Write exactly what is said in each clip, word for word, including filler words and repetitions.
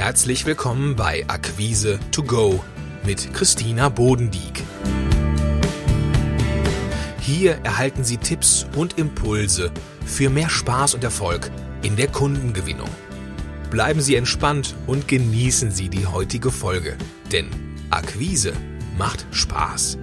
Herzlich willkommen bei Akquise to go mit Christina Bodendieck. Hier erhalten Sie Tipps und Impulse für mehr Spaß und Erfolg in der Kundengewinnung. Bleiben Sie entspannt und genießen Sie die heutige Folge, denn Akquise macht Spaß.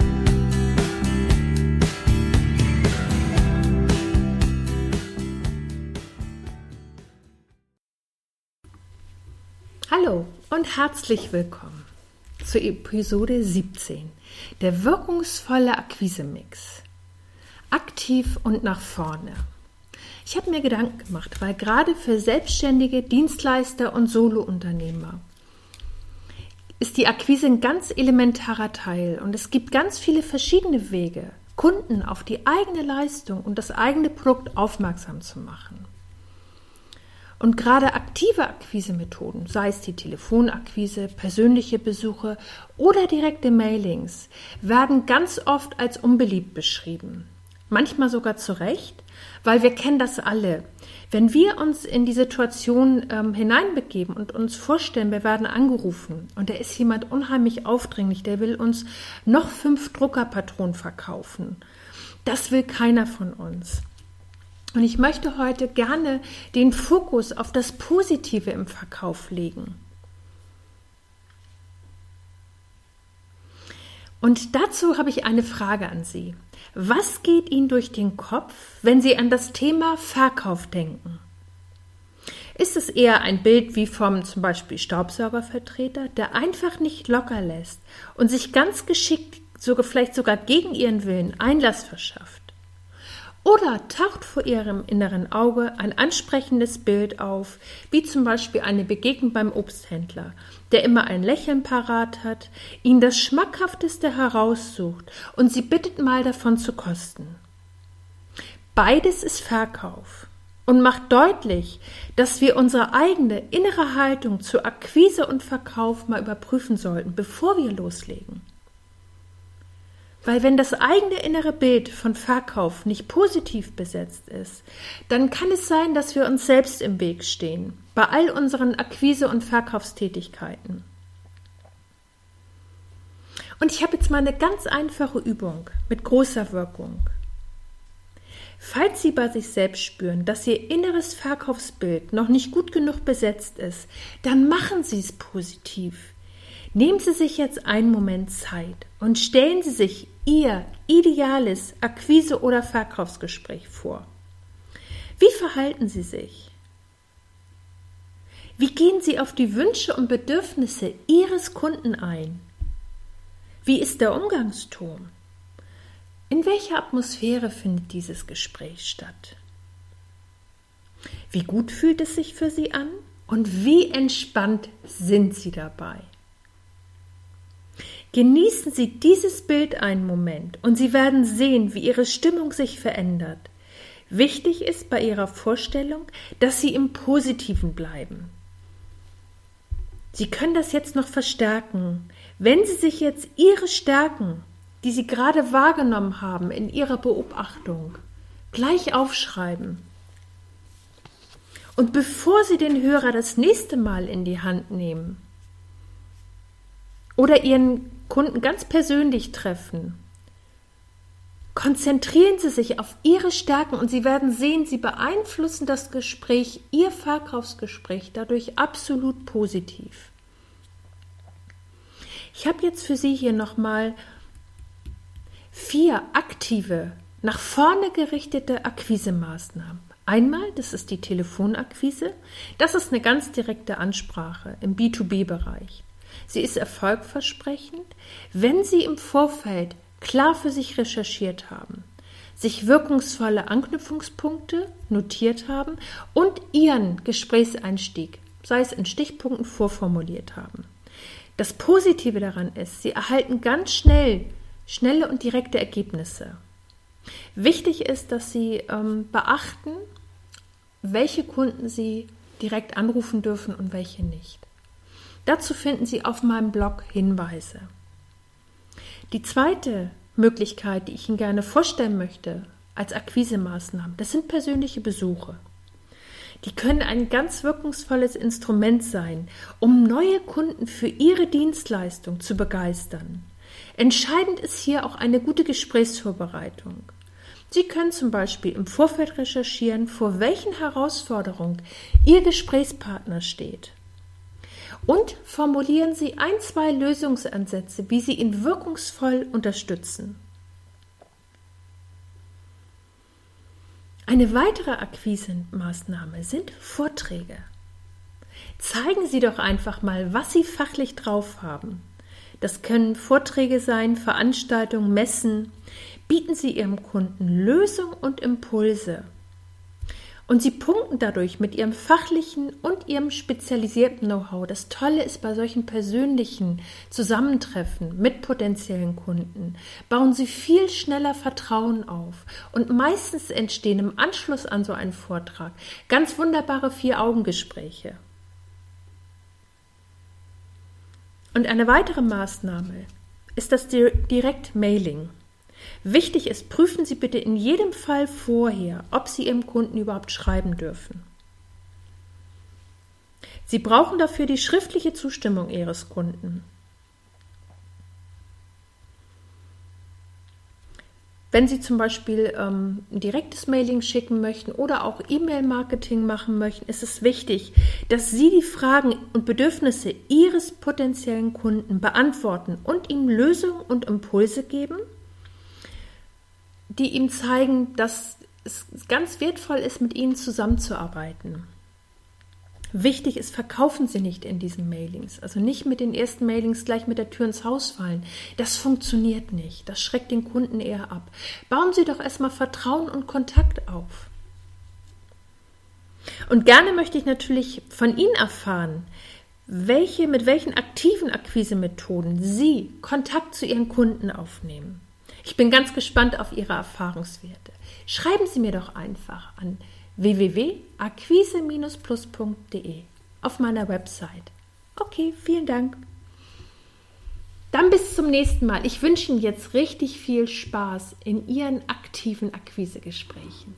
Hallo und herzlich willkommen zur Episode siebzehn, der wirkungsvolle Akquise-Mix. Aktiv und nach vorne. Ich habe mir Gedanken gemacht, weil gerade für Selbstständige, Dienstleister und Solounternehmer ist die Akquise ein ganz elementarer Teil und es gibt ganz viele verschiedene Wege, Kunden auf die eigene Leistung und das eigene Produkt aufmerksam zu machen. Und gerade aktive Akquisemethoden, sei es die Telefonakquise, persönliche Besuche oder direkte Mailings, werden ganz oft als unbeliebt beschrieben. Manchmal sogar zu Recht, weil wir kennen das alle. Wenn wir uns in die Situation ähm, hineinbegeben und uns vorstellen, wir werden angerufen und da ist jemand unheimlich aufdringlich, der will uns noch fünf Druckerpatronen verkaufen. Das will keiner von uns. Und ich möchte heute gerne den Fokus auf das Positive im Verkauf legen. Und dazu habe ich eine Frage an Sie. Was geht Ihnen durch den Kopf, wenn Sie an das Thema Verkauf denken? Ist es eher ein Bild wie vom zum Beispiel Staubsaugervertreter, der einfach nicht locker lässt und sich ganz geschickt, sogar vielleicht sogar gegen Ihren Willen, Einlass verschafft? Oder taucht vor Ihrem inneren Auge ein ansprechendes Bild auf, wie zum Beispiel eine Begegnung beim Obsthändler, der immer ein Lächeln parat hat, Ihnen das Schmackhafteste heraussucht und Sie bittet mal davon zu kosten. Beides ist Verkauf und macht deutlich, dass wir unsere eigene innere Haltung zu Akquise und Verkauf mal überprüfen sollten, bevor wir loslegen. Weil wenn das eigene innere Bild von Verkauf nicht positiv besetzt ist, dann kann es sein, dass wir uns selbst im Weg stehen, bei all unseren Akquise- und Verkaufstätigkeiten. Und ich habe jetzt mal eine ganz einfache Übung mit großer Wirkung. Falls Sie bei sich selbst spüren, dass Ihr inneres Verkaufsbild noch nicht gut genug besetzt ist, dann machen Sie es positiv. Nehmen Sie sich jetzt einen Moment Zeit und stellen Sie sich Ihr ideales Akquise- oder Verkaufsgespräch vor. Wie verhalten Sie sich? Wie gehen Sie auf die Wünsche und Bedürfnisse Ihres Kunden ein? Wie ist der Umgangston? In welcher Atmosphäre findet dieses Gespräch statt? Wie gut fühlt es sich für Sie an und wie entspannt sind Sie dabei? Genießen Sie dieses Bild einen Moment und Sie werden sehen, wie Ihre Stimmung sich verändert. Wichtig ist bei Ihrer Vorstellung, dass Sie im Positiven bleiben. Sie können das jetzt noch verstärken, wenn Sie sich jetzt Ihre Stärken, die Sie gerade wahrgenommen haben in Ihrer Beobachtung, gleich aufschreiben. Und bevor Sie den Hörer das nächste Mal in die Hand nehmen oder Ihren Kunden ganz persönlich treffen, konzentrieren Sie sich auf Ihre Stärken und Sie werden sehen, Sie beeinflussen das Gespräch, Ihr Verkaufsgespräch dadurch absolut positiv. Ich habe jetzt für Sie hier nochmal vier aktive, nach vorne gerichtete Akquisemaßnahmen. Einmal, das ist die Telefonakquise, das ist eine ganz direkte Ansprache im B zwei B-Bereich. Sie ist erfolgversprechend, wenn Sie im Vorfeld klar für sich recherchiert haben, sich wirkungsvolle Anknüpfungspunkte notiert haben und Ihren Gesprächseinstieg, sei es in Stichpunkten, vorformuliert haben. Das Positive daran ist, Sie erhalten ganz schnell, schnelle und direkte Ergebnisse. Wichtig ist, dass Sie ähm, beachten, welche Kunden Sie direkt anrufen dürfen und welche nicht. Dazu finden Sie auf meinem Blog Hinweise. Die zweite Möglichkeit, die ich Ihnen gerne vorstellen möchte als Akquisemaßnahmen, das sind persönliche Besuche. Die können ein ganz wirkungsvolles Instrument sein, um neue Kunden für ihre Dienstleistung zu begeistern. Entscheidend ist hier auch eine gute Gesprächsvorbereitung. Sie können zum Beispiel im Vorfeld recherchieren, vor welchen Herausforderungen Ihr Gesprächspartner steht. Und formulieren Sie ein, zwei Lösungsansätze, wie Sie ihn wirkungsvoll unterstützen. Eine weitere Akquise-Maßnahme sind Vorträge. Zeigen Sie doch einfach mal, was Sie fachlich drauf haben. Das können Vorträge sein, Veranstaltungen, Messen. Bieten Sie Ihrem Kunden Lösungen und Impulse. Und Sie punkten dadurch mit Ihrem fachlichen und Ihrem spezialisierten Know-how. Das Tolle ist bei solchen persönlichen Zusammentreffen mit potenziellen Kunden, bauen Sie viel schneller Vertrauen auf. Und meistens entstehen im Anschluss an so einen Vortrag ganz wunderbare Vier-Augen-Gespräche. Und eine weitere Maßnahme ist das Direktmailing. Wichtig ist, prüfen Sie bitte in jedem Fall vorher, ob Sie Ihrem Kunden überhaupt schreiben dürfen. Sie brauchen dafür die schriftliche Zustimmung Ihres Kunden. Wenn Sie zum Beispiel ähm, ein direktes Mailing schicken möchten oder auch E-Mail-Marketing machen möchten, ist es wichtig, dass Sie die Fragen und Bedürfnisse Ihres potenziellen Kunden beantworten und ihm Lösungen und Impulse geben, die ihm zeigen, dass es ganz wertvoll ist, mit ihnen zusammenzuarbeiten. Wichtig ist, verkaufen Sie nicht in diesen Mailings. Also nicht mit den ersten Mailings gleich mit der Tür ins Haus fallen. Das funktioniert nicht. Das schreckt den Kunden eher ab. Bauen Sie doch erstmal Vertrauen und Kontakt auf. Und gerne möchte ich natürlich von Ihnen erfahren, welche, mit welchen aktiven Akquisemethoden Sie Kontakt zu Ihren Kunden aufnehmen. Ich bin ganz gespannt auf Ihre Erfahrungswerte. Schreiben Sie mir doch einfach an w w w punkt akquise Bindestrich plus punkt d e auf meiner Website. Okay, vielen Dank. Dann bis zum nächsten Mal. Ich wünsche Ihnen jetzt richtig viel Spaß in Ihren aktiven Akquisegesprächen.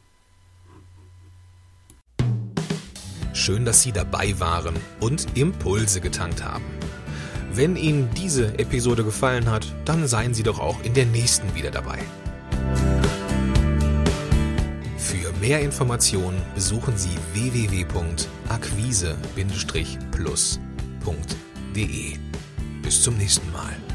Schön, dass Sie dabei waren und Impulse getankt haben. Wenn Ihnen diese Episode gefallen hat, dann seien Sie doch auch in der nächsten wieder dabei. Für mehr Informationen besuchen Sie w w w punkt akquise Bindestrich plus punkt d e. Bis zum nächsten Mal.